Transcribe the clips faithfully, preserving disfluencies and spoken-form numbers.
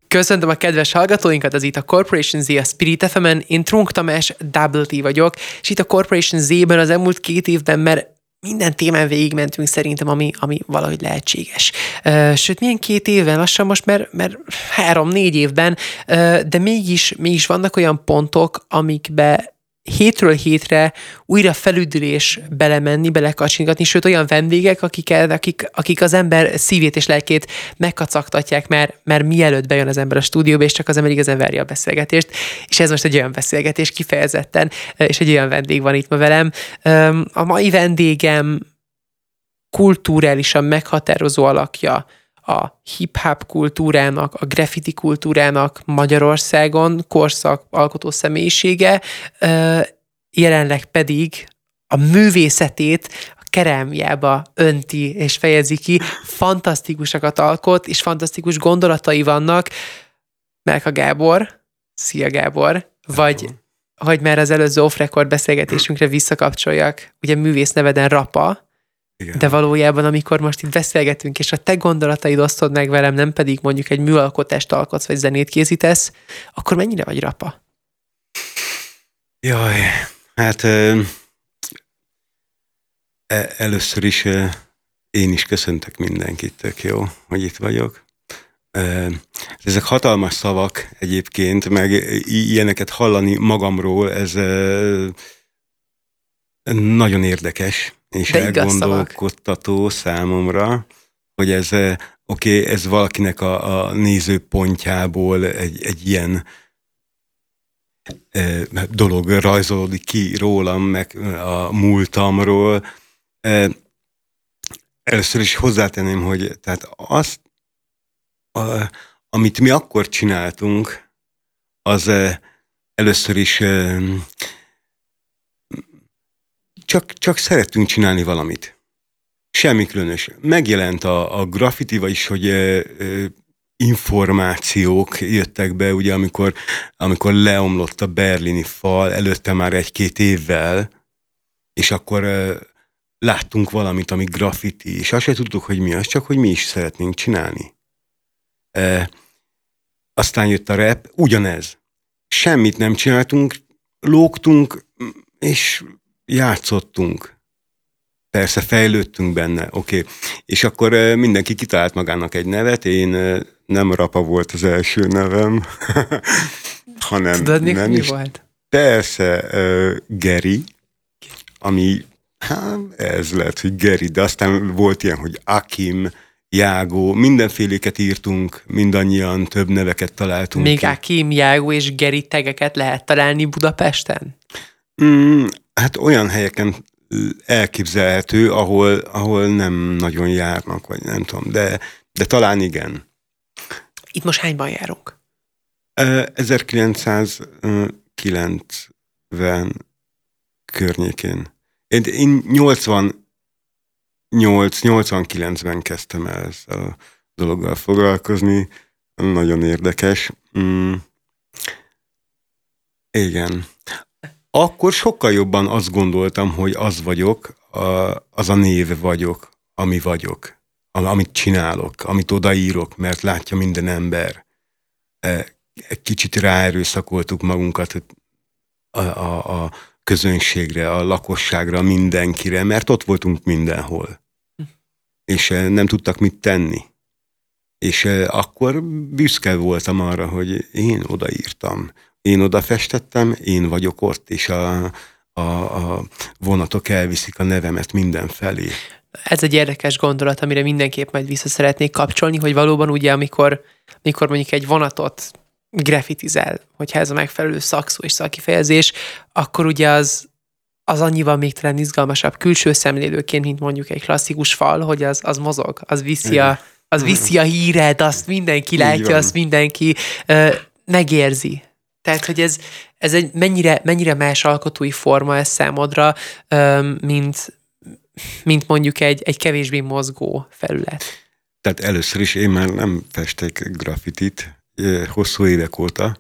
Köszöntöm a kedves hallgatóinkat, az itt a Corporation Z, a Spirit ef em-en, én Trunk Tamás, Double T vagyok, és itt a Corporation Z-ben az elmúlt két évben, mert minden témán végigmentünk szerintem, ami, ami valahogy lehetséges. Uh, sőt, milyen két évben, lassan most, mert, mert három-négy évben, uh, de mégis, mégis vannak olyan pontok, amikbe hétről hétre újra felüdülés belemenni, belekacsingatni, sőt olyan vendégek, akik, akik, akik az ember szívét és lelkét megkacagtatják, mert, mert mielőtt bejön az ember a stúdióba, és csak az ember igazán várja a beszélgetést, és ez most egy olyan beszélgetés kifejezetten, és egy olyan vendég van itt ma velem. A mai vendégem kulturálisan meghatározó alakja a hip-hop kultúrának, a graffiti kultúrának Magyarországon, korszak alkotó személyisége, jelenleg pedig a művészetét a kerámiába önti és fejezi ki, fantasztikusakat alkot, és fantasztikus gondolatai vannak. Melka Gábor, szia Gábor, vagy hogy már az előző off-record beszélgetésünkre visszakapcsoljak, ugye művész neveden Rapa, igen. De valójában, amikor most itt beszélgetünk, és a te gondolataid osztod meg velem, nem pedig mondjuk egy műalkotást alkotsz, vagy zenét készítesz, akkor mennyire vagy Rapa? Jaj, hát uh, először is uh, én is köszöntök mindenkit, tök jó, hogy itt vagyok. Uh, ezek hatalmas szavak egyébként, meg ilyeneket hallani magamról, ez uh, nagyon érdekes. És elgondolkodtató számomra, hogy ez, oké, okay, ez valakinek a, a nézőpontjából egy, egy ilyen e, dolog rajzolódik ki rólam, meg a múltamról. E, először is hozzátenném, hogy tehát azt, a, amit mi akkor csináltunk, az e, először is e, Csak, csak szerettünk csinálni valamit. Semmi különös. Megjelent a, a graffiti, vagyis, hogy e, e, információk jöttek be, ugye, amikor, amikor leomlott a berlini fal, előtte már egy-két évvel, és akkor e, láttunk valamit, ami graffiti, és azt se tudtuk, hogy mi az, csak hogy mi is szeretnénk csinálni. E, aztán jött a rap, ugyanez. Semmit nem csináltunk, lógtunk, és játszottunk. Persze fejlődtünk benne, oké. Okay. És akkor mindenki kitalált magának egy nevet, én nem Rapa volt az első nevem, hanem Tudod, nem mi is. Volt? Persze, uh, Geri, ami, hát ez lehet, hogy Geri, de aztán volt ilyen, hogy Akim, Jágó, mindenféléket írtunk, mindannyian több neveket találtunk. Még ki. Akim, Jágó és Geri tegeket lehet találni Budapesten? Mm, hát olyan helyeken elképzelhető, ahol, ahol nem nagyon járnak, vagy nem tudom, de, de talán igen. Itt most hányban járunk? ezerkilencszázkilencven környékén. Én, én nyolcvannyolc nyolcvankilencben kezdtem el ezzel a dologgal foglalkozni. Nagyon érdekes. Mm. Igen. Akkor sokkal jobban azt gondoltam, hogy az vagyok, az a név vagyok, ami vagyok, amit csinálok, amit odaírok, mert látja minden ember. Egy kicsit ráerőszakoltuk magunkat a, a, a közönségre, a lakosságra, mindenkire, mert ott voltunk mindenhol. És nem tudtak mit tenni. És akkor büszke voltam arra, hogy én odaírtam. Én oda festettem, én vagyok ott, és a, a, a vonatok elviszik a nevemet mindenfelé. Ez egy érdekes gondolat, amire mindenképp majd vissza szeretnék kapcsolni, hogy valóban ugye, amikor, amikor mondjuk egy vonatot graffitizel, hogyha ez a megfelelő szakszó és szakkifejezés, akkor ugye az, az annyival még talán izgalmasabb külső szemlélőként, mint mondjuk egy klasszikus fal, hogy az, az mozog, az viszi a, az viszi a híred, azt mindenki látja, azt mindenki uh, megérzi. Tehát, hogy ez, ez egy mennyire, mennyire más alkotói forma ez számodra, mint, mint mondjuk egy, egy kevésbé mozgó felület. Tehát először is én már nem festek graffitit hosszú évek óta.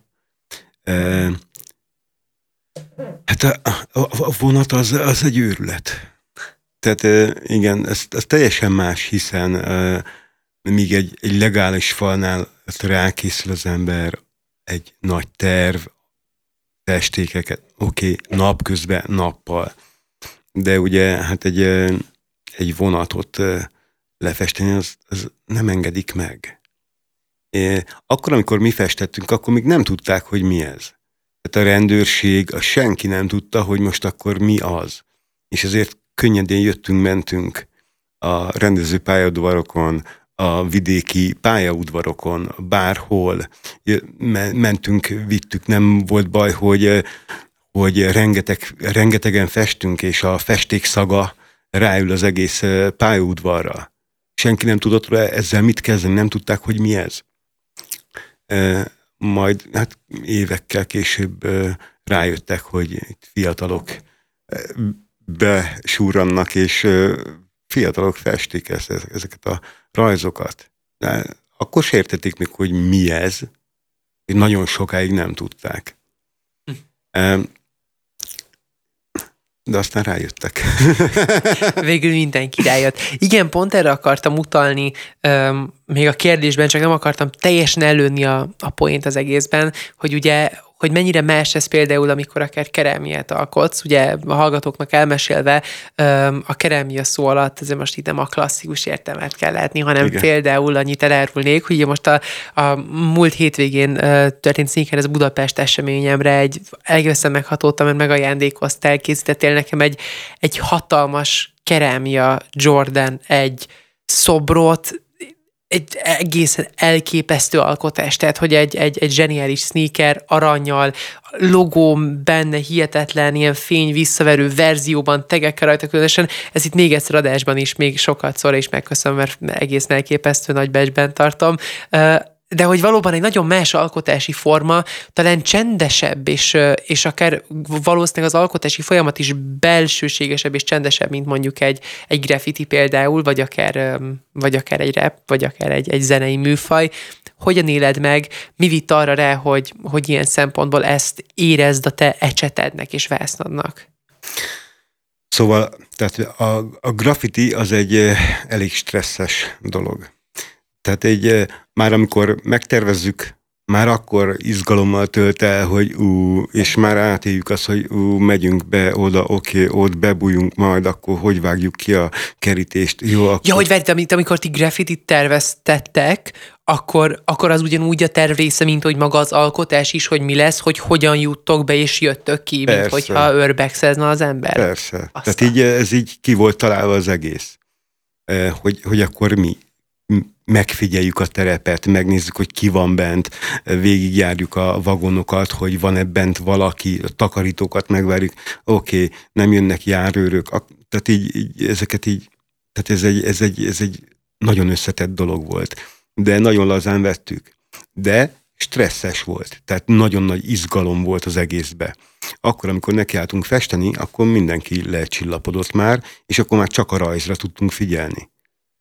Hát a, a, a vonat az, az egy őrület. Tehát igen, ez, ez teljesen más, hiszen míg egy, egy legális falnál Tehát rákészül az ember egy nagy terv, festékeket, oké, okay, napközben, nappal. De ugye hát egy, egy vonatot lefesteni, az, az nem engedik meg. É, akkor, amikor mi festettünk, akkor még nem tudták, hogy mi ez. Tehát a rendőrség, a senki nem tudta, hogy most akkor mi az. És ezért könnyedén jöttünk, mentünk a rendező pályaudvarokon, a vidéki pályaudvarokon, bárhol mentünk, vittük, nem volt baj, hogy, hogy rengeteg, rengetegen festünk, és a festék szaga ráül az egész pályaudvarra. Senki nem tudott rá ezzel mit kezdeni, nem tudták, hogy mi ez. Majd hát évekkel később rájöttek, hogy itt fiatalok besúrannak, és fiatalok festik ezt, ezeket a rajzokat. De akkor se értették még, hogy mi ez, és nagyon sokáig nem tudták. Hm. De aztán rájöttek. Végül mindenki rájött. Igen, pont erre akartam utalni, um, még a kérdésben, csak nem akartam teljesen előni a, a point az egészben, hogy ugye, hogy mennyire más ez például, amikor akár kerámiát alkotsz, ugye a hallgatóknak elmesélve, um, a kerámia szó alatt azért most itt nem a klasszikus értelmet kell látni, hanem igen. Például annyit elárulnék, hogy most a, a múlt hétvégén uh, történt Sneaker, ez a Budapest eseményemre egy egészen meghatódtam, mert megajándékoztál, készítettél nekem egy, egy hatalmas kerámia Jordan egy szobrot, egy egészen elképesztő alkotás, tehát hogy egy, egy, egy zseniális sneaker aranyjal, logó benne hihetetlen, ilyen fény visszaverő verzióban, tegekkel rajta különösen. Ez itt még egyszer adásban is, még sokat szóra is megköszönöm, mert egészen elképesztő nagy becsben tartom. De hogy valóban egy nagyon más alkotási forma, talán csendesebb, és, és akár valószínűleg az alkotási folyamat is belsőségesebb és csendesebb, mint mondjuk egy, egy graffiti például, vagy akár, vagy akár egy rap, vagy akár egy, egy zenei műfaj. Hogyan éled meg? Mi vitt arra rá, hogy, hogy ilyen szempontból ezt érezd a te ecsetednek és vásznodnak? Szóval, tehát a, a graffiti az egy elég stresszes dolog. Tehát egy, már amikor megtervezzük, már akkor izgalommal tölt el, hogy ú, és már átéljük azt, hogy ú, megyünk be oda, oké, okay, ott bebújunk majd, akkor hogy vágjuk ki a kerítést. Jó, akkor... Ja, hogy várj, amikor ti graffitit terveztettek, akkor, akkor az ugyanúgy a terv része, mint hogy maga az alkotás is, hogy mi lesz, hogy hogyan juttok be és jöttök ki, mint persze. Hogyha urbexezne az ember. Persze. Aztán. Tehát így, ez így ki volt találva az egész. Hogy, hogy akkor mi megfigyeljük a terepet, megnézzük, hogy ki van bent, végigjárjuk a vagonokat, hogy van-e bent valaki, a takarítókat megvárjuk, oké, okay, nem jönnek járőrök, tehát így, így ezeket így, tehát ez egy, ez, egy, ez egy nagyon összetett dolog volt, de nagyon lazán vettük, de stresszes volt, tehát nagyon nagy izgalom volt az egészbe. Akkor, amikor nekiálltunk festeni, akkor mindenki lecsillapodott már, és akkor már csak a rajzra tudtunk figyelni.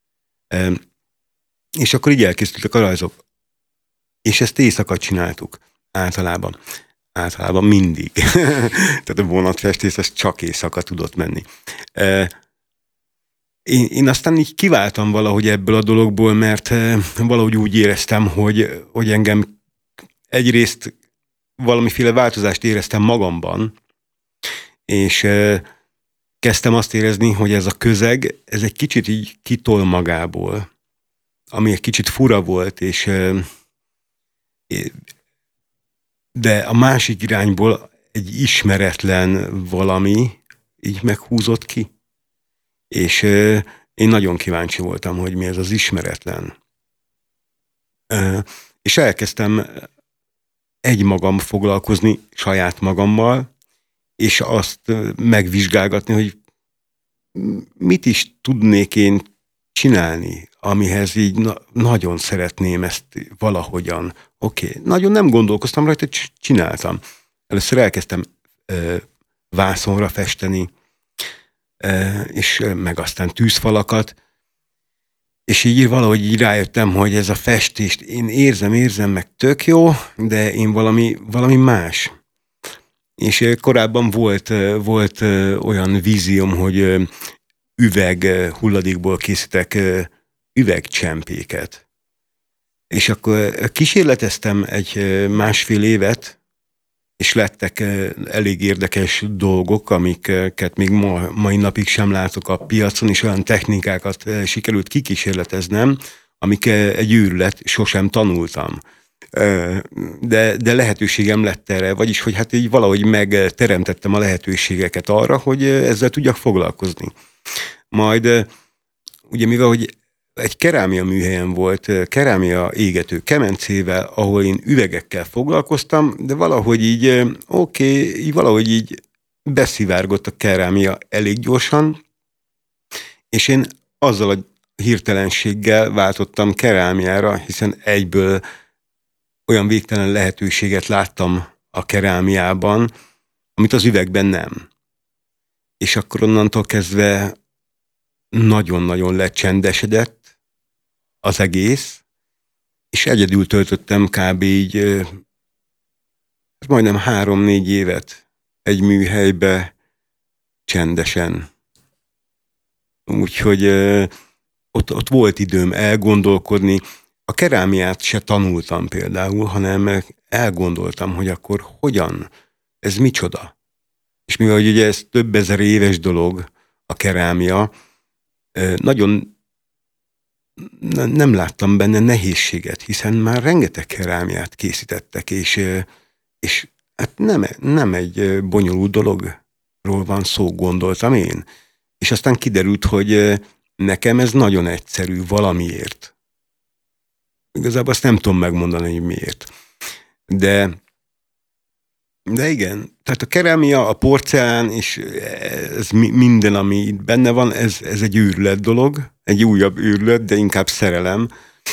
És akkor így elkészültek a rajzok. És ezt éjszaka csináltuk. Általában. Általában mindig. Tehát a vonatfestés az csak éjszaka tudott menni. Én, én aztán így kiváltam valahogy ebből a dologból, mert valahogy úgy éreztem, hogy, hogy engem egyrészt valamiféle változást éreztem magamban, és kezdtem azt érezni, hogy ez a közeg, ez egy kicsit így kitol magából, ami egy kicsit fura volt, és de a másik irányból egy ismeretlen valami így meghúzott ki. És én nagyon kíváncsi voltam, hogy mi ez az ismeretlen. És elkezdtem egymagam foglalkozni saját magammal, és azt megvizsgálgatni, hogy mit is tudnék én csinálni, amihez így na- nagyon szeretném ezt valahogyan. Oké, okay. Nagyon nem gondolkoztam rajta, csináltam. Először elkezdtem ö, vászonra festeni, ö, és ö, meg aztán tűzfalakat, és így valahogy így rájöttem, hogy ez a festést én érzem, érzem, meg tök jó, de én valami, valami más. És ö, korábban volt, ö, volt ö, olyan vízióm, hogy ö, üveg hulladékból készítek üvegcsempéket. És akkor kísérleteztem egy másfél évet, és lettek elég érdekes dolgok, amiket még ma, mai napig sem látok a piacon, és olyan technikákat sikerült kikísérleteznem, amik egy őrület, sosem tanultam. De, de lehetőségem lett erre, vagyis, hogy hát így valahogy megteremtettem a lehetőségeket arra, hogy ezzel tudjak foglalkozni. Majd ugye mivel, hogy egy kerámia műhelyen volt, kerámia égető kemencével, ahol én üvegekkel foglalkoztam, de valahogy így, oké, okay, valahogy így beszivárgott a kerámia elég gyorsan, és én azzal a hirtelenséggel váltottam kerámiára, hiszen egyből olyan végtelen lehetőséget láttam a kerámiában, amit az üvegben nem. És akkor onnantól kezdve nagyon-nagyon lecsendesedett az egész, és egyedül töltöttem kb. Így majdnem három-négy évet egy műhelybe csendesen. Úgyhogy ott, ott volt időm elgondolkodni. A kerámiát se tanultam például, hanem elgondoltam, hogy akkor hogyan, ez micsoda. És mivel ugye ez több ezer éves dolog, a kerámia, nagyon nem láttam benne nehézséget, hiszen már rengeteg kerámiát készítettek, és, és hát nem, nem egy bonyolult dologról van szó, gondoltam én. És aztán kiderült, hogy nekem ez nagyon egyszerű valamiért. Igazából azt nem tudom megmondani, hogy miért. De, de igen, tehát a kerámia, a porcelán, és ez minden, ami itt benne van, ez, ez egy őrület dolog, egy újabb őrület, de inkább szerelem.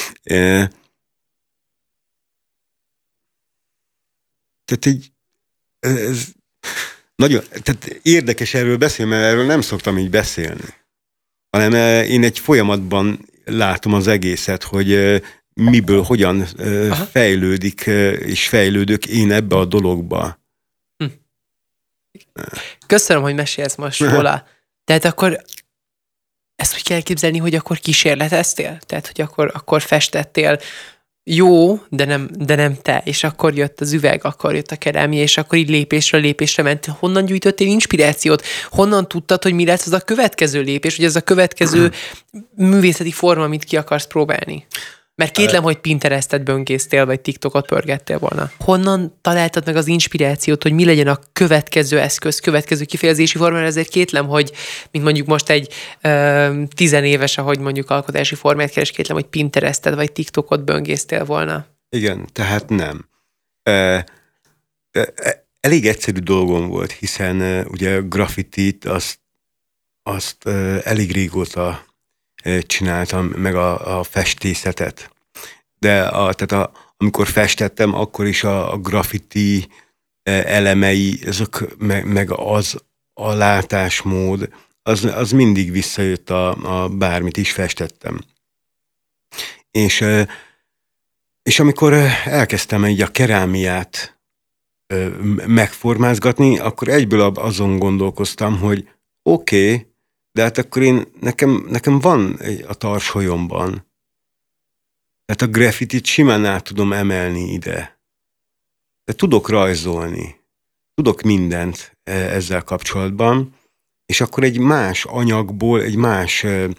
Tehát egy, ez nagyon, tehát érdekes erről beszélni, mert erről nem szoktam így beszélni. Hanem én egy folyamatban látom az egészet, hogy miből, hogyan Aha. fejlődik, és fejlődök én ebbe a dologba. Hm. Köszönöm, hogy mesélsz most róla. Tehát akkor ezt úgy kell képzelni, hogy akkor kísérleteztél? Tehát, hogy akkor, akkor festettél jó, de nem, de nem te, és akkor jött az üveg, akkor jött a kerámia, és akkor így lépésről lépésre ment. Honnan gyűjtöttél inspirációt? Honnan tudtad, hogy mi lesz az a következő lépés, hogy ez a következő művészeti forma, amit ki akarsz próbálni? Mert kétlem, hogy Pinterestet böngésztél, vagy TikTokot pörgettél volna. Honnan találtad meg az inspirációt, hogy mi legyen a következő eszköz, következő kifejezési forma? Mert ezért kétlem, hogy, mint mondjuk most egy ö, tizenéves, ahogy mondjuk alkotási formát keres, kétlem, hogy Pinterestet vagy TikTokot böngésztél volna. Igen, tehát nem. E, e, elég egyszerű dolgom volt, hiszen e, ugye a graffitit azt, azt e, elég régóta csináltam, meg a, a festészetet. De a, tehát a, amikor festettem, akkor is a, a graffiti elemei, azok, meg, meg az a látásmód, az, az mindig visszajött a, a bármit is festettem. És, és amikor elkezdtem így a kerámiát megformázgatni, akkor egyből azon gondolkoztam, hogy oké, okay, de hát akkor én, nekem, nekem van a tarsolyomban. Tehát a graffitit simán át tudom emelni ide. De tudok rajzolni. Tudok mindent ezzel kapcsolatban. És akkor egy más anyagból, egy más,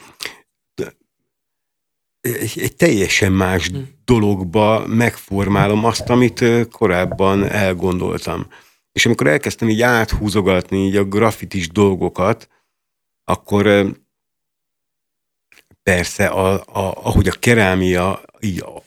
egy, egy teljesen más dologba megformálom azt, amit korábban elgondoltam. És amikor elkezdtem így áthúzogatni így a graffitis dolgokat, akkor persze, a, a, ahogy a kerámia, így, a,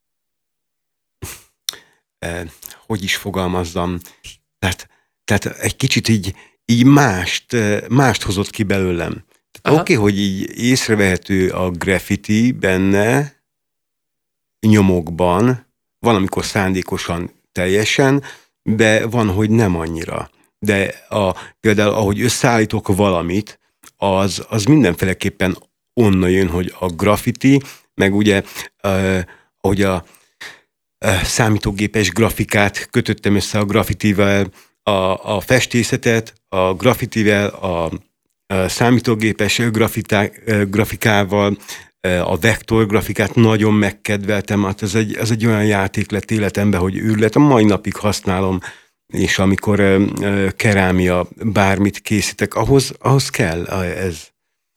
eh, hogy is fogalmazzam, tehát, tehát egy kicsit így, így mást, mást hozott ki belőlem. Oké, okay, hogy így észrevehető a graffiti benne, nyomokban, van, amikor szándékosan teljesen, de van, hogy nem annyira. De a, például, ahogy összeállítok valamit, Az, az mindenféleképpen onnan jön, hogy a graffiti, meg ugye, uh, ahogy a uh, számítógépes grafikát kötöttem össze a graffitivel, a, a festészetet, a graffitivel, a, a számítógépes grafitá, uh, grafikával, a vektorgrafikát nagyon megkedveltem, hát ez egy, ez egy olyan játék lett életemben, hogy őrület, a mai napig használom, és amikor kerámia bármit készítek, ahhoz, ahhoz kell ez.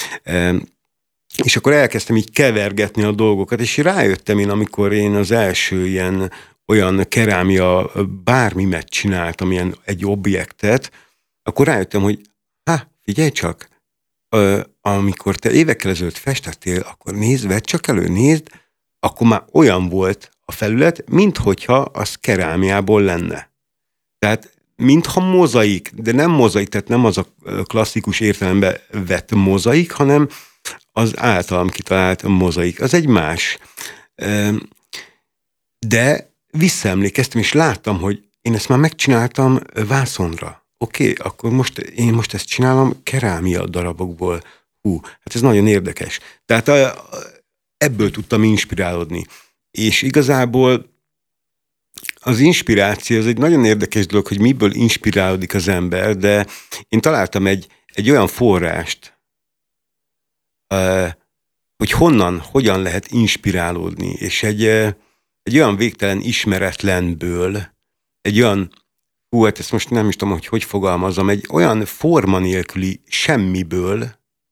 És akkor elkezdtem így kevergetni a dolgokat, és rájöttem én, amikor én az első ilyen olyan kerámia bármimet csináltam, ilyen egy objektet, akkor rájöttem, hogy hát figyelj csak, amikor te évekkel ezelőtt festettél, akkor nézd, vedd csak elő, nézd, akkor már olyan volt a felület, minthogyha az kerámiából lenne. Tehát mintha mozaik, de nem mozaik, tehát nem az a klasszikus értelemben vett mozaik, hanem az általam kitalált mozaik. Az egy más. De visszaemlékeztem, és láttam, hogy én ezt már megcsináltam vászonra. Oké, okay, akkor most én most ezt csinálom kerámia darabokból. Hú, hát ez nagyon érdekes. Tehát a, ebből tudtam inspirálódni. És igazából az inspiráció, az egy nagyon érdekes dolog, hogy miből inspirálódik az ember, de én találtam egy, egy olyan forrást, hogy honnan, hogyan lehet inspirálódni, és egy, egy olyan végtelen ismeretlenből, egy olyan, hú, hát ezt most nem is tudom, hogy hogy fogalmazom, egy olyan forma nélküli semmiből,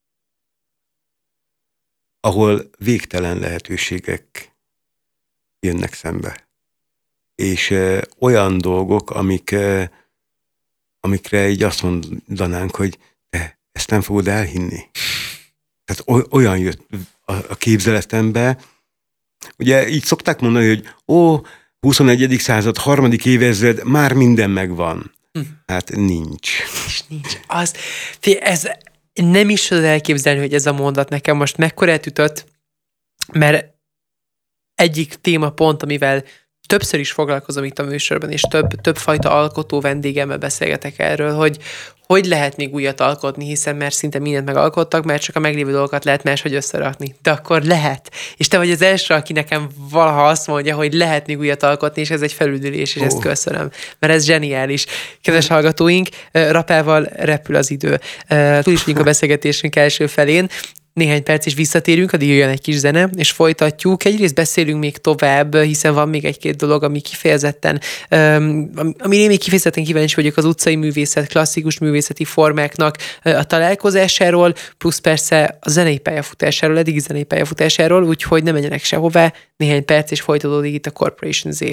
ahol végtelen lehetőségek jönnek szembe. És ö, olyan dolgok, amik, ö, amikre így azt mondanánk, hogy te ezt nem fogod elhinni. Tehát oly, olyan jött a, a képzeletembe. Ugye így szokták mondani, hogy ó, huszonegyedik század, harmadik évezred, már minden megvan. Hm. Hát nincs. És nincs. Az, ez nem is tudod elképzelni, hogy ez a mondat nekem most mekkora elütött, mert egyik témapont, amivel többször is foglalkozom itt a műsorban, és több, többfajta alkotó vendégemmel beszélgetek erről, hogy hogy lehet még újat alkotni, hiszen mert szinte mindent megalkottak, mert csak a meglévő dolgokat lehet máshogy összerakni. De akkor lehet. És te vagy az első, aki nekem valaha azt mondja, hogy lehet még újat alkotni, és ez egy felüldülés, és oh. ezt köszönöm. Mert ez zseniális. Kedves hallgatóink, Rapával repül az idő. Túl is vagyunk a beszélgetésünk első felén. Néhány perc, és visszatérünk, addig jöjjön egy kis zene, és folytatjuk. Egyrészt beszélünk még tovább, hiszen van még egy-két dolog, ami kifejezetten, um, amire én még kifejezetten kíváncsi vagyok, az utcai művészet, klasszikus művészeti formáknak a találkozásáról, plusz persze a zenei pályafutásáról, eddigi zenei pályafutásáról, úgyhogy ne menjenek sehová, néhány perc, és folytatódik itt a Corporation Z.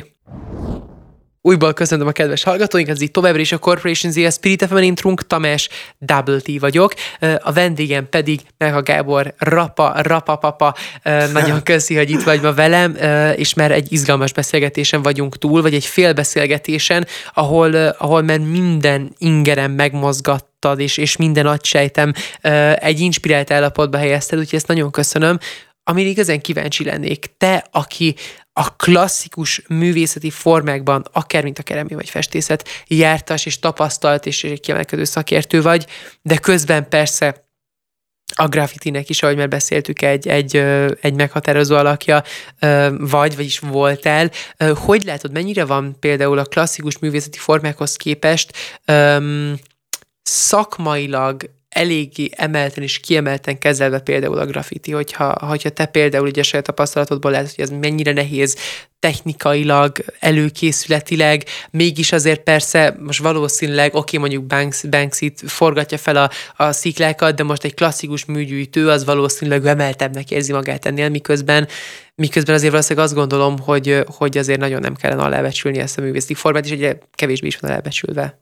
Újból köszöntöm a kedves hallgatóinkat, ez itt továbbra is a Corporation Z, a Spirit ef em-en, én Trunk Tamás, Double T vagyok, a vendégem pedig Neha Gábor, Rapa, Rapapapa, nagyon köszi, hogy itt vagy ma velem, és már egy izgalmas beszélgetésen vagyunk túl, vagy egy félbeszélgetésen, ahol, ahol már minden ingerem megmozgattad, és, és minden agysejtem egy inspirált állapotba helyezted, úgyhogy ezt nagyon köszönöm. Amire igazán kíváncsi lennék, te, aki a klasszikus művészeti formákban, akár mint a kerámia vagy festészet, jártas és tapasztalt és egy kiemelkedő szakértő vagy, de közben persze a graffitinek is, ahogy már beszéltük, egy, egy, egy meghatározó alakja vagy, vagyis voltál. Hogy látod, mennyire van például a klasszikus művészeti formákhoz képest um, szakmailag eléggé emelten és kiemelten kezelve például a graffiti, hogyha, hogyha te például ugye a saját tapasztalatodból látod, hogy ez mennyire nehéz technikailag, előkészületileg, mégis azért persze most valószínűleg, oké, mondjuk Banks, Banksy forgatja fel a, a sziklákat, de most egy klasszikus műgyűjtő az valószínűleg emeltebbnek érzi magát ennél, miközben, miközben azért valószínűleg azt gondolom, hogy, hogy azért nagyon nem kellene alábecsülni ezt a művészeti formát, és egyre kevésbé is van alábecsülve.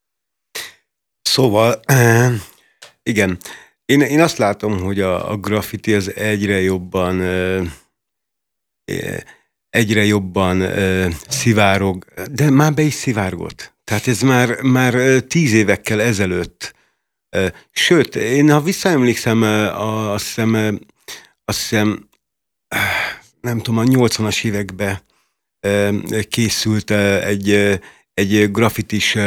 Szóval... Igen. Én, én azt látom, hogy a, a graffiti az egyre jobban egyre jobban szivárog, de már be is szivárgott. Tehát ez már, már tíz évekkel ezelőtt. Sőt, én ha visszaemlékszem, azt hiszem, azt hiszem, nem tudom, a nyolcvanas években készült egy, egy graffitis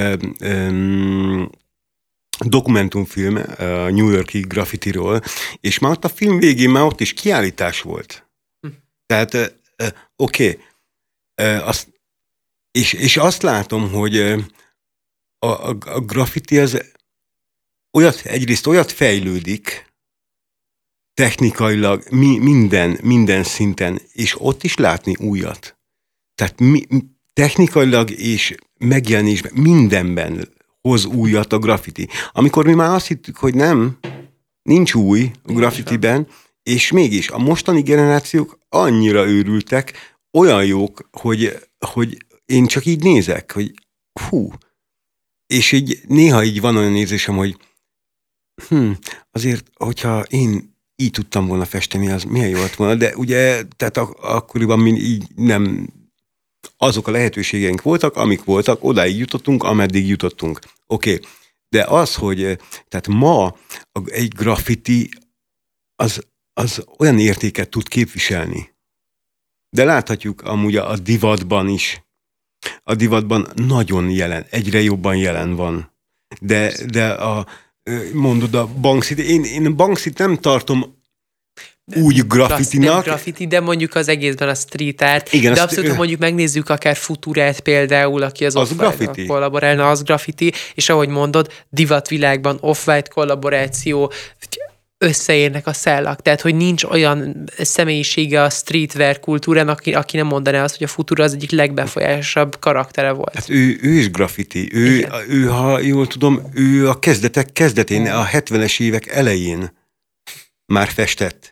dokumentumfilm a New York-i graffitiról, és már ott a film végén már ott is kiállítás volt. Hm. Tehát uh, oké, okay. uh, és, és azt látom, hogy uh, a, a, a graffiti az olyat, egyrészt olyat fejlődik, technikailag, mi, minden, minden szinten, és ott is látni újat. Tehát mi, technikailag és megjelenésben, mindenben hoz újat a graffiti. Amikor mi már azt hittük, hogy nem, nincs új a graffitiben, és mégis a mostani generációk annyira őrültek, olyan jók, hogy, hogy én csak így nézek, hogy hú, és így néha így van olyan érzésem, hogy hm, azért, hogyha én így tudtam volna festeni, az milyen jó lett volna, de ugye, tehát ak- akkoriban mi így nem, azok a lehetőségeink voltak, amik voltak, odáig jutottunk, ameddig jutottunk. Oké, okay. De az, hogy tehát ma egy graffiti az, az olyan értéket tud képviselni. De láthatjuk amúgy a divatban is. A divatban nagyon jelen, egyre jobban jelen van. De, de a, mondod a Banksy, én, én Banksyt nem tartom úgy graffitinak. Graffiti, de mondjuk az egészben a street art. Igen, de abszolút, ha mondjuk megnézzük akár Futurát például, aki az, az Off-White kollaborálna, az graffiti, és ahogy mondod, divatvilágban Off-White kollaboráció, összeérnek a szellak. Tehát, hogy nincs olyan személyisége a streetwear kultúrán, aki, aki nem mondaná azt, hogy a Futura az egyik legbefolyásosabb karaktere volt. Hát ő, ő is graffiti. Ő, ő, ha jól tudom, ő a kezdetek kezdetén, a hetvenes évek elején már festett.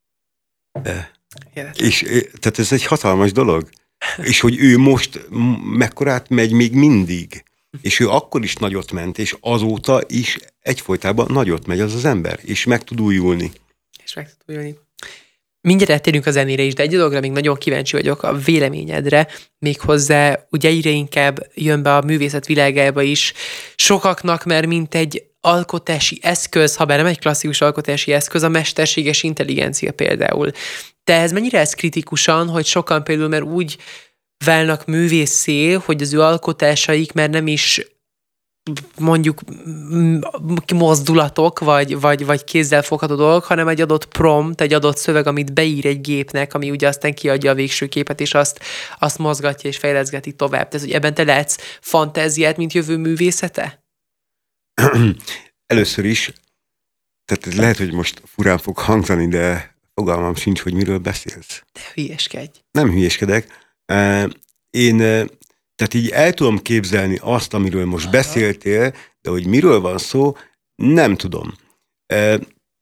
És, tehát ez egy hatalmas dolog. És hogy ő most mekkorát megy még mindig. És ő akkor is nagyot ment, és azóta is egyfolytában nagyot megy az az ember, és meg tud újulni. És meg tud újulni. Mindjárt eltérünk a zenére is, de egy dologra még nagyon kíváncsi vagyok, a véleményedre, méghozzá ugye egyre inkább jön be a művészet világába is sokaknak, mert mint egy alkotási eszköz, ha bár nem egy klasszikus alkotási eszköz, a mesterséges intelligencia például. Te ez mennyire ez kritikusan, hogy sokan például mert úgy válnak művészé, hogy az ő alkotásaik már nem is mondjuk mozdulatok, vagy, vagy, vagy kézzel fogható dolgok, hanem egy adott prompt, egy adott szöveg, amit beír egy gépnek, ami ugye aztán kiadja a végső képet, és azt, azt mozgatja és fejleszgeti tovább. Tehát, hogy ebben te látsz fantáziát, mint jövő művészete? Először is, tehát lehet, hogy most furán fog hangzani, de fogalmam sincs, hogy miről beszélsz. De hülyeskedj. Nem hülyeskedek. Én tehát így el tudom képzelni azt, amiről most Aha. beszéltél, de hogy miről van szó, nem tudom. E,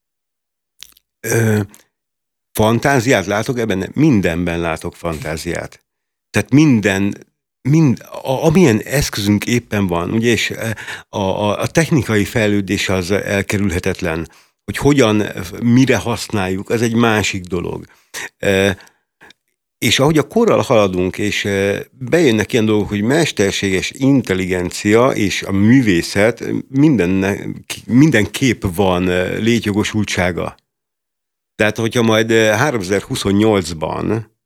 e, fantáziát látok ebben? Mindenben látok fantáziát. Tehát minden, mind, a, amilyen eszközünk éppen van, ugye, és a, a, a technikai fejlődés az elkerülhetetlen, hogy hogyan, mire használjuk, az egy másik dolog. E, És ahogy a korral haladunk, és bejönnek ilyen dolgok, hogy mesterséges intelligencia és a művészet, minden, minden kép van létjogosultsága. Tehát, hogyha majd kétezer-huszonnyolcban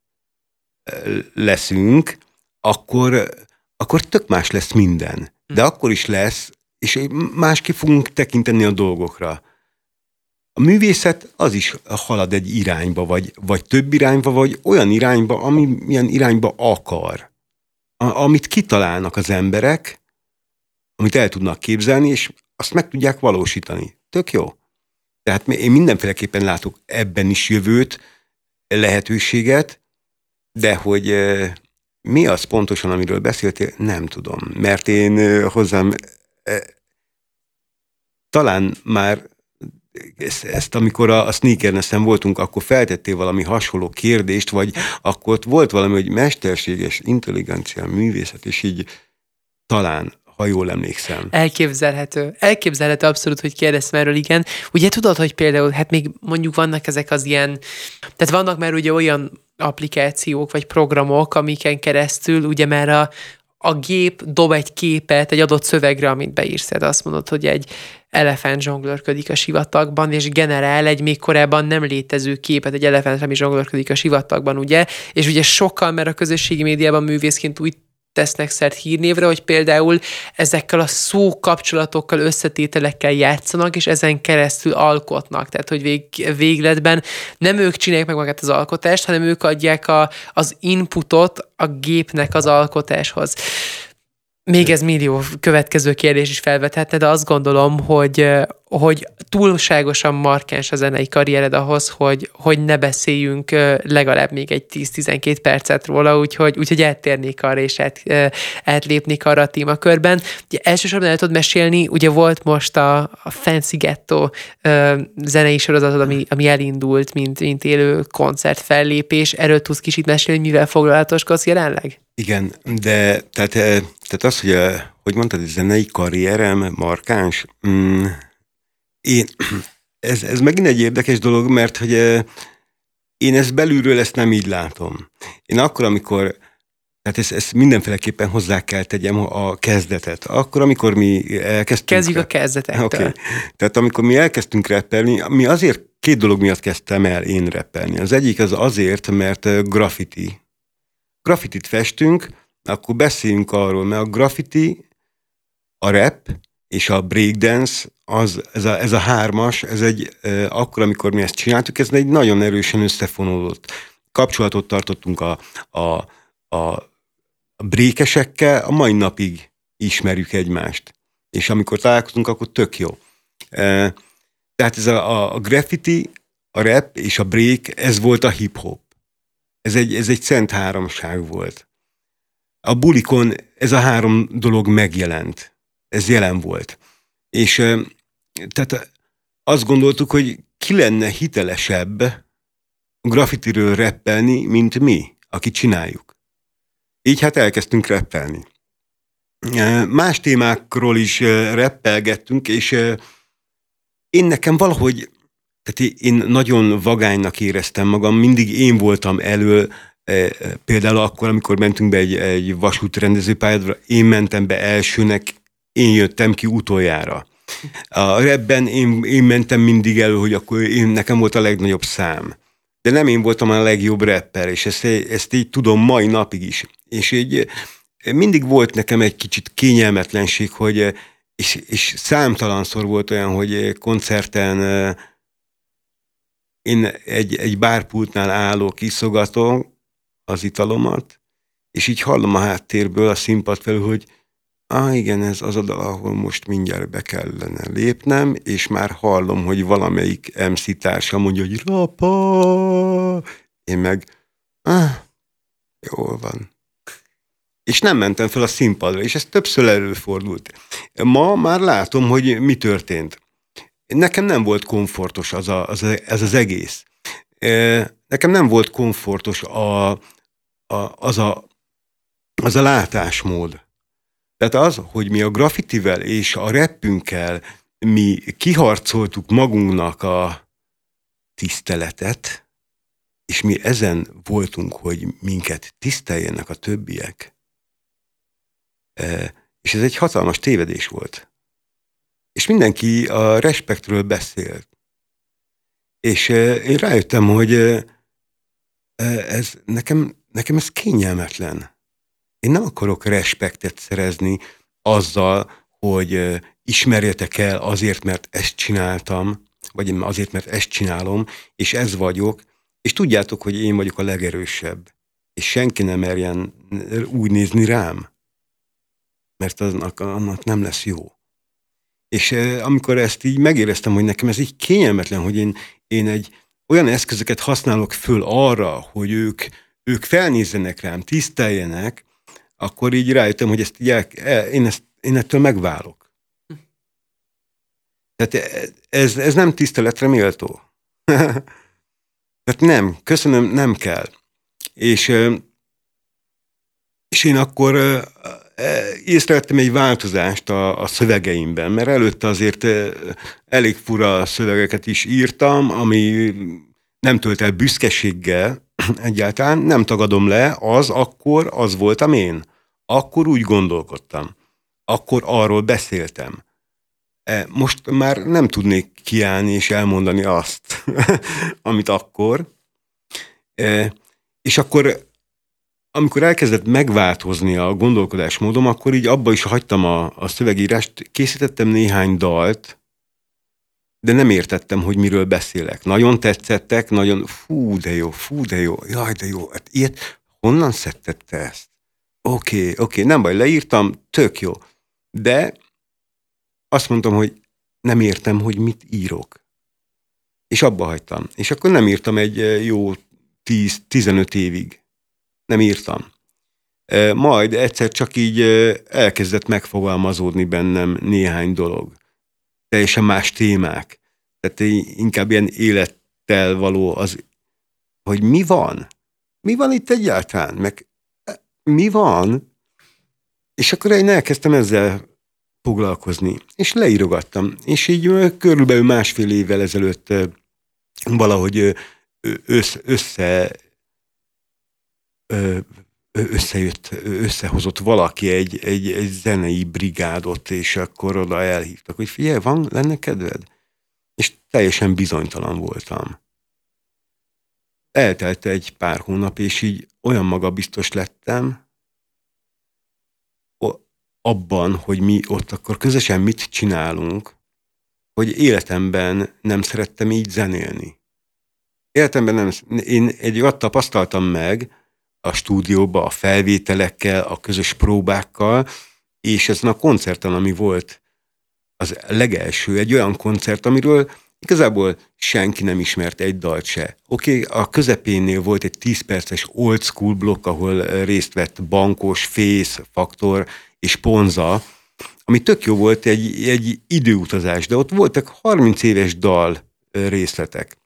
leszünk, akkor, akkor tök más lesz minden. De akkor is lesz, és másképp fogunk tekinteni a dolgokra. A művészet az is halad egy irányba, vagy, vagy több irányba, vagy olyan irányba, ami milyen irányba akar. A, amit kitalálnak az emberek, amit el tudnak képzelni, és azt meg tudják valósítani. Tök jó. Tehát én mindenféleképpen látok ebben is jövőt, lehetőséget, de hogy e, mi az pontosan, amiről beszéltél, nem tudom. Mert én e, hozzám e, talán már Ezt, ezt amikor a, a Sneakernessen voltunk, akkor feltettél valami hasonló kérdést, vagy akkor ott volt valami, hogy mesterséges intelligencia, művészet, és így talán, ha jól emlékszem. Elképzelhető. Elképzelhető abszolút, hogy kérdeztem erről, igen. Ugye tudod, hogy például, hát még mondjuk vannak ezek az ilyen, tehát vannak már ugye olyan applikációk, vagy programok, amiken keresztül ugye már a a gép dob egy képet egy adott szövegre, amit beírsz. Tehát azt mondod, hogy egy elefánt zsonglőrködik a sivatagban, és generál egy még korábban nem létező képet, egy elefánt, ami zsonglőrködik a sivatagban, ugye? És ugye sokkal, mert a közösségi médiában művészként úgy tesznek szert hírnévre, hogy például ezekkel a szó kapcsolatokkal, összetételekkel játszanak, és ezen keresztül alkotnak. Tehát, hogy vég, végletben nem ők csinálják meg magát az alkotást, hanem ők adják a, az inputot a gépnek az alkotáshoz. Még ez millió következő kérdés is felvethetne, de azt gondolom, hogy, hogy túlságosan markáns a zenei karriered ahhoz, hogy, hogy ne beszéljünk legalább még egy tíz-tizenkét percet róla, úgyhogy, úgyhogy eltérnék arra, és át, átlépnék arra a témakörben. Ugye elsősorban el tudod mesélni, ugye volt most a, a Fancy Ghetto zenei sorozatod, ami, ami elindult, mint, mint élő koncertfellépés. Erről tudsz kicsit mesélni, hogy mivel foglalatoskodsz jelenleg? Igen, de tehát, tehát az, hogy, a, hogy mondtad, a zenei karrierem markáns, mm, én, ez, ez megint egy érdekes dolog, mert hogy én ezt belülről ezt nem így látom. Én akkor, amikor, tehát ezt, ezt mindenféleképpen hozzá kell tegyem a kezdetet. Akkor, amikor mi elkezdtünk... Kezdjük a kezdetektől. Okay. Tehát amikor mi elkezdtünk rappelni, mi azért két dolog miatt kezdtem el én rappelni. Az egyik az azért, mert graffiti. Graffitit festünk, akkor beszéljünk arról, mert a graffiti, a rap és a breakdance, az, ez, a, ez a hármas, ez egy, e, akkor, amikor mi ezt csináltuk, ez egy nagyon erősen összefonódott. Kapcsolatot tartottunk a, a, a, a breakesekkel, a mai napig ismerjük egymást. És amikor találkozunk, akkor tök jó. E, tehát ez a, a, a graffiti, a rap és a break, ez volt a hip-hop. Ez egy, ez egy szent háromság volt. A bulikon ez a három dolog megjelent. Ez jelen volt. És tehát azt gondoltuk, hogy ki lenne hitelesebb graffitiről rappelni, mint mi, aki csináljuk. Így hát elkezdtünk rappelni. Más témákról is rappelgettünk, és én nekem valahogy Tehát én nagyon vagánynak éreztem magam, mindig én voltam elő, például akkor, amikor mentünk be egy, egy vasútrendező pályára, én mentem be elsőnek, én jöttem ki utoljára. A rapben én, én mentem mindig elő, hogy akkor én, nekem volt a legnagyobb szám. De nem én voltam a legjobb rapper, és ezt, ezt így tudom mai napig is. És így mindig volt nekem egy kicsit kényelmetlenség, hogy, és, és számtalanszor volt olyan, hogy koncerten én egy, egy bárpultnál állok, iszogatom az italomat, és így hallom a háttérből, a színpad felül, hogy ah, igen, ez az a dal, ahol most mindjárt be kellene lépnem, és már hallom, hogy valamelyik em cé társam mondja, hogy rapa, én meg ah, jól van. És nem mentem fel a színpadra, és ez többször előfordult. Ma már látom, hogy mi történt. Nekem nem volt komfortos az, a, az, a, ez az egész. Nekem nem volt komfortos a, a, az, a, az a látásmód. Tehát az, hogy mi a graffitivel és a rappünkkel mi kiharcoltuk magunknak a tiszteletet, és mi ezen voltunk, hogy minket tiszteljenek a többiek. És ez egy hatalmas tévedés volt. És mindenki a respektről beszélt. És én rájöttem, hogy ez, nekem, nekem ez kényelmetlen. Én nem akarok respektet szerezni azzal, hogy ismerjetek el azért, mert ezt csináltam, vagy azért, mert ezt csinálom, és ez vagyok, és tudjátok, hogy én vagyok a legerősebb. És senki nem merjen úgy nézni rám, mert annak, annak nem lesz jó. És amikor ezt így megéreztem, hogy nekem ez így kényelmetlen, hogy én, én egy olyan eszközöket használok föl arra, hogy ők, ők felnézzenek rám, tiszteljenek, akkor így rájöttem, hogy ezt így el, én, ezt, én ettől megválok. Tehát ez, ez nem tiszteletre méltó. Tehát nem, köszönöm, nem kell. És, és én akkor észrevettem egy változást a, a szövegeimben, mert előtte azért elég fura szövegeket is írtam, ami nem tölt el büszkeséggel egyáltalán, nem tagadom le, az akkor az voltam én. Akkor úgy gondolkodtam. Akkor arról beszéltem. Most már nem tudnék kiállni és elmondani azt, amit akkor. És akkor amikor elkezdett megváltozni a gondolkodásmódom, akkor így abba is hagytam a, a szövegírást, készítettem néhány dalt, de nem értettem, hogy miről beszélek. Nagyon tetszettek, nagyon fú, de jó, fú, de jó, jaj, de jó, hát ilyet, honnan szedted te ezt? oké, okay, oké, okay, nem baj, leírtam, tök jó. De azt mondtam, hogy nem értem, hogy mit írok. És abba hagytam. És akkor nem írtam egy jó tíz-tizenöt évig. Nem írtam. Majd egyszer csak így elkezdett megfogalmazódni bennem néhány dolog. Teljesen más témák. Tehát inkább ilyen élettel való az, hogy mi van? Mi van itt egyáltalán? Meg mi van? És akkor én elkezdtem ezzel foglalkozni. És leírogattam. És így körülbelül másfél évvel ezelőtt valahogy össze, össze összejött, összehozott valaki egy, egy, egy zenei brigádot, és akkor oda elhívtak, hogy figyelj, van, lenne kedved? És teljesen bizonytalan voltam. Eltelt egy pár hónap, és így olyan magabiztos lettem abban, hogy mi ott akkor közösen mit csinálunk, hogy életemben nem szerettem így zenélni. Életemben nem, én egy olyat tapasztaltam meg a stúdióba, a felvételekkel, a közös próbákkal, és ezen a koncerten, ami volt az legelső, egy olyan koncert, amiről igazából senki nem ismert egy dalt se. Oké, okay, a közepénél volt egy tíz perces old school blokk, ahol részt vett Bankos, Fész, Faktor és Ponza, ami tök jó volt, egy, egy időutazás, de ott voltak harminc éves dal részletek.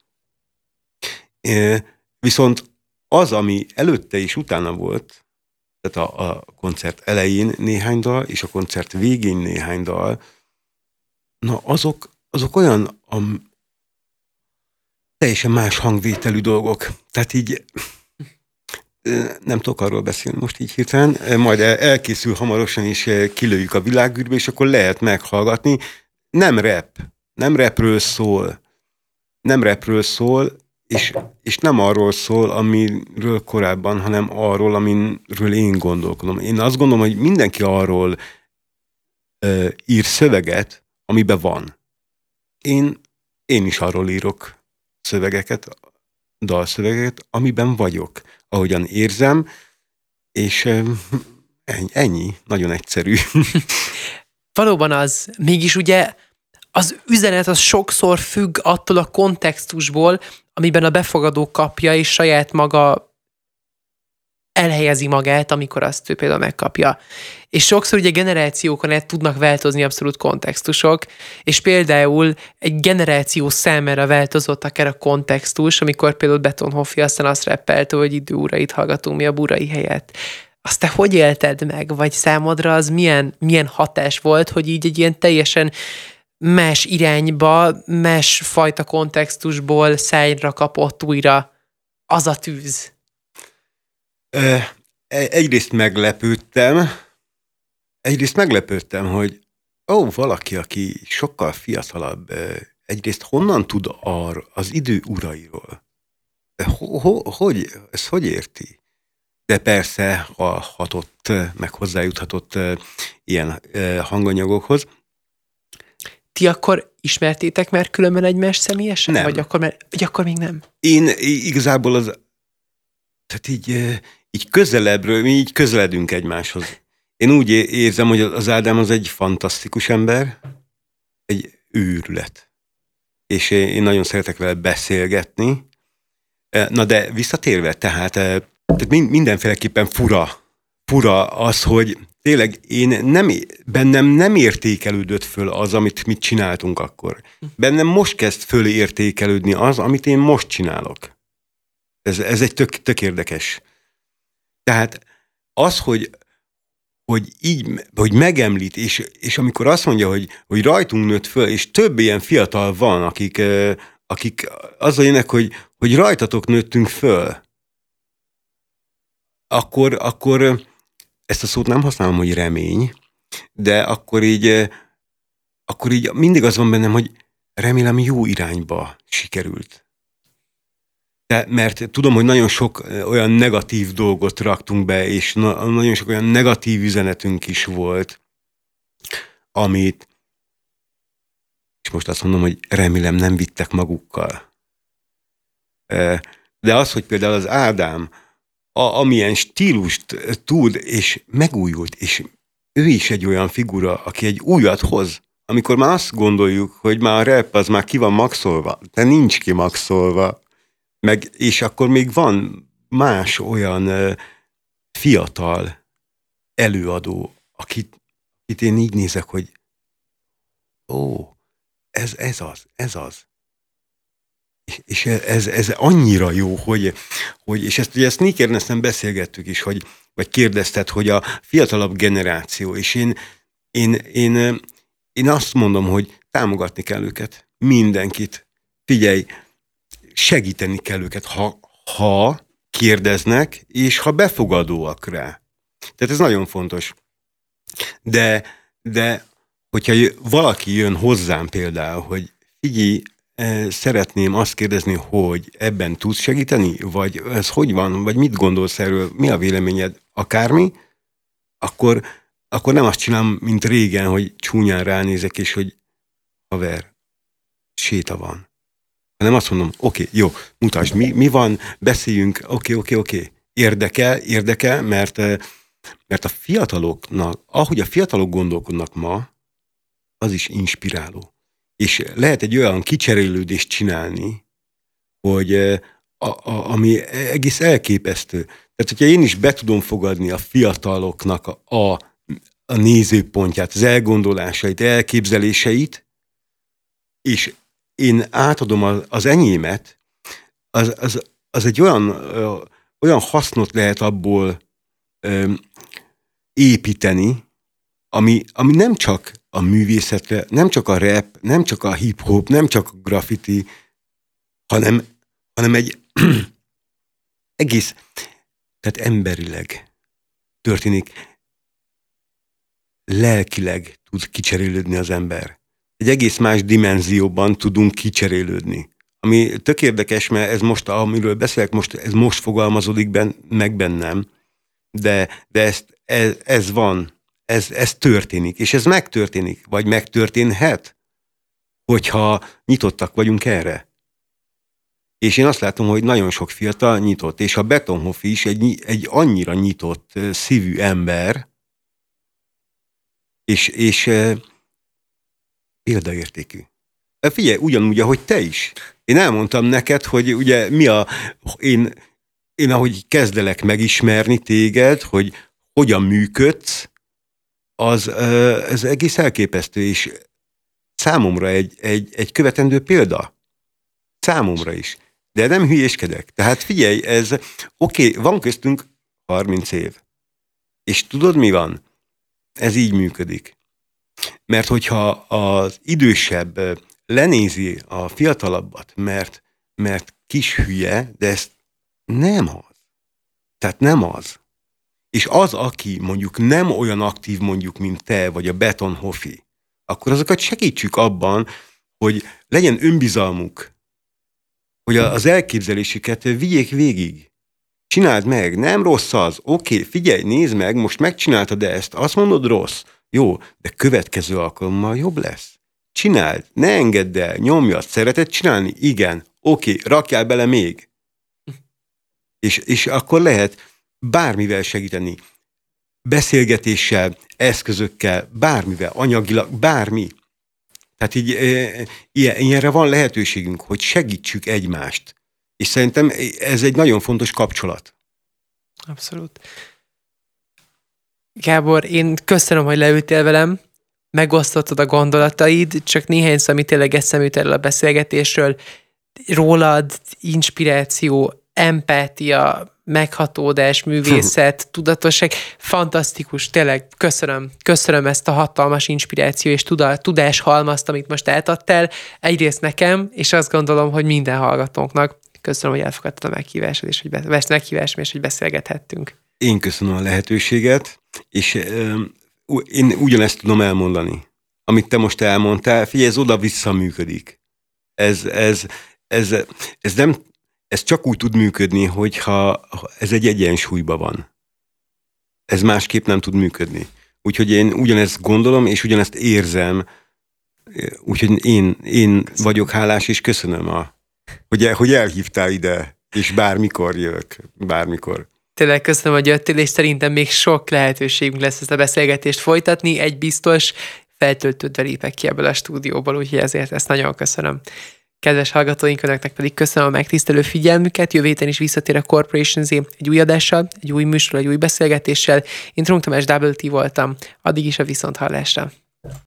Viszont az, ami előtte és utána volt, tehát a, a koncert elején néhány dal, és a koncert végén néhány dal, na azok, azok olyan a, teljesen más hangvételű dolgok. Tehát így nem tudok arról beszélni most így hirtelen, majd elkészül hamarosan, és kilőjük a világűrbe, és akkor lehet meghallgatni. Nem rap, nem rapről szól, nem rapről szól, és, és nem arról szól, amiről korábban, hanem arról, amiről én gondolkodom. Én azt gondolom, hogy mindenki arról uh, ír szöveget, amiben van. Én, én is arról írok szövegeket, dalszövegeket, amiben vagyok, ahogyan érzem, és uh, ennyi, ennyi, nagyon egyszerű. Valóban az, mégis ugye az üzenet az sokszor függ attól a kontextusból, amiben a befogadó kapja, és saját maga elhelyezi magát, amikor azt ő például megkapja. És sokszor ugye generációkon át tudnak változni abszolút kontextusok, és például egy generáció számára változott akár a kontextus, amikor például Betonhoffi aztán azt rappelte, hogy idő urait hallgatunk mi a burai helyett. Azt te hogy élted meg? Vagy számodra az milyen, milyen hatás volt, hogy így egy ilyen teljesen más irányba, más fajta kontextusból szájra kapott újra az a tűz? Egyrészt meglepődtem, egyrészt meglepődtem, hogy ó, valaki, aki sokkal fiatalabb, egyrészt honnan tud arra az idő urairól? Hogy, ezt hogy érti? De persze hallhatott, meg hozzájuthatott ilyen hanganyagokhoz. Ti akkor ismertétek már különben egymást személyesen? Nem. Vagy akkor, már, vagy akkor még nem? Én igazából az, tehát így, így közelebbről, mi így közeledünk egymáshoz. Én úgy érzem, hogy az Ádám az egy fantasztikus ember, egy őrület. És én nagyon szeretek vele beszélgetni. Na de visszatérve, tehát, tehát mindenféleképpen fura, fura az, hogy tényleg én nem, bennem nem értékelődött föl az, amit mit csináltunk akkor. Bennem most kezd föl értékelődni az, amit én most csinálok. Ez, ez egy tök, tök érdekes. Tehát az, hogy, hogy így, hogy megemlít, és, és amikor azt mondja, hogy, hogy rajtunk nőtt föl, és több ilyen fiatal van, akik, akik azzal jönnek, hogy, hogy rajtatok nőttünk föl, akkor, akkor ezt a szót nem használom, hogy remény, de akkor így, akkor így mindig az van bennem, hogy remélem jó irányba sikerült. De, mert tudom, hogy nagyon sok olyan negatív dolgot raktunk be, és na, nagyon sok olyan negatív üzenetünk is volt, amit, és most azt mondom, hogy remélem nem vittek magukkal. De az, hogy például az Ádám a, amilyen stílust tud, és megújult, és ő is egy olyan figura, aki egy újat hoz. Amikor már azt gondoljuk, hogy már a rap az már ki van maxolva, de nincs ki maxolva, meg, és akkor még van más olyan uh, fiatal előadó, akit, akit én így nézek, hogy ó, ez, ez az, ez az. És, és ez, ez annyira jó, hogy, hogy és ezt ugye a Sneakernesten beszélgettük is, hogy, vagy kérdezted, hogy a fiatalabb generáció, és én, én, én, én azt mondom, hogy támogatni kell őket, mindenkit. Figyelj, segíteni kell őket, ha, ha kérdeznek, és ha befogadóak rá. Tehát ez nagyon fontos. De, de hogyha valaki jön hozzám például, hogy figyelj, szeretném azt kérdezni, hogy ebben tudsz segíteni, vagy ez hogy van, vagy mit gondolsz erről, mi a véleményed, akármi, akkor, akkor nem azt csinálom, mint régen, hogy csúnyán ránézek, és hogy haver, séta van. Hanem azt mondom, oké, okay, jó, mutasd, mi, mi van, beszéljünk, oké, okay, oké, okay, oké. Okay. Érdekel, érdekel, mert, mert a fiataloknak, ahogy a fiatalok gondolkodnak ma, az is inspiráló. És lehet egy olyan kicserélődést csinálni, hogy a, a, ami egész elképesztő. Tehát, hogyha én is be tudom fogadni a fiataloknak a, a, a nézőpontját, az elgondolásait, elképzeléseit, és én átadom az, az enyémet, az, az, az egy olyan, ö, olyan hasznot lehet abból ö, építeni, ami, ami nem csak a művészetre, nem csak a rap, nem csak a hip-hop, nem csak a graffiti, hanem, hanem egy egész, tehát emberileg történik, lelkileg tud kicserélődni az ember. Egy egész más dimenzióban tudunk kicserélődni. Ami tök érdekes, mert ez most, amiről beszélek, most, ez most fogalmazódik ben, meg bennem, de, de ezt, ez, ez van. Ez, ez történik, és ez megtörténik, vagy megtörténhet, hogyha nyitottak vagyunk erre. És én azt látom, hogy nagyon sok fiatal nyitott, és a Betonhoff is egy, egy annyira nyitott szívű ember, és, és e, példaértékű. Figyelj, ugyanúgy, ahogy te is. Én elmondtam neked, hogy ugye mi a... Én, én ahogy kezdelek megismerni téged, hogy hogyan működsz, az ez egész elképesztő, és számomra egy, egy, egy követendő példa. Számomra is. De nem hülyéskedek. Tehát figyelj, ez oké, okay, van köztünk harminc év. És tudod, mi van? Ez így működik. Mert hogyha az idősebb lenézi a fiatalabbat, mert, mert kis hülye, de ez nem az. Tehát nem az. És az, aki mondjuk nem olyan aktív mondjuk, mint te, vagy a Betonhoffi, akkor azokat segítsük abban, hogy legyen önbizalmuk, hogy az elképzelésüket vigyék végig. Csináld meg, nem rossz az, oké, okay, figyelj, nézd meg, most megcsináltad ezt, azt mondod rossz, jó, de következő alkalommal jobb lesz. Csináld, ne engedd el, nyomjad, szereted csinálni? Igen, oké, okay, rakjál bele még. És, és akkor lehet bármivel segíteni. Beszélgetéssel, eszközökkel, bármivel, anyagilag, bármi. Tehát így e, ilyenre van lehetőségünk, hogy segítsük egymást. És szerintem ez egy nagyon fontos kapcsolat. Abszolút. Gábor, én köszönöm, hogy leültél velem, megosztottad a gondolataid, csak néhány szó, ami tényleg eszembe jut erről a beszélgetésről. Rólad inspiráció, empátia, meghatódás, művészet, tudatosság, fantasztikus, tényleg köszönöm, köszönöm ezt a hatalmas inspiráció és tudás halmazt, amit most átadtál, egyrészt nekem, és azt gondolom, hogy minden hallgatónknak. Köszönöm, hogy elfogadtad a meghívásod, és hogy vesz meghívásom, és hogy beszélgethettünk. Én köszönöm a lehetőséget, és um, én ugyanezt tudom elmondani. Amit te most elmondtál, figyelj, ez oda-vissza működik. Ez, ez, ez, ez nem Ez csak úgy tud működni, hogyha ez egy egyensúlyban van. Ez másképp nem tud működni. Úgyhogy én ugyanezt gondolom, és ugyanezt érzem. Úgyhogy én, én vagyok hálás, és köszönöm, a, hogy, el, hogy elhívtál ide, és bármikor jövök. Bármikor. Tényleg köszönöm, hogy jöttél, és szerintem még sok lehetőségünk lesz ezt a beszélgetést folytatni. Egy biztos, feltöltődve lépek ki ebből a stúdióból, úgyhogy ezért ezt nagyon köszönöm. Kedves hallgatóink, önöknek pedig köszönöm a megtisztelő figyelmüket. Jövő héten is visszatér a Corporation Z egy új adással, egy új műsorral, egy új beszélgetéssel. Én Trunk Tamás Double T voltam. Addig is a viszonthallásra.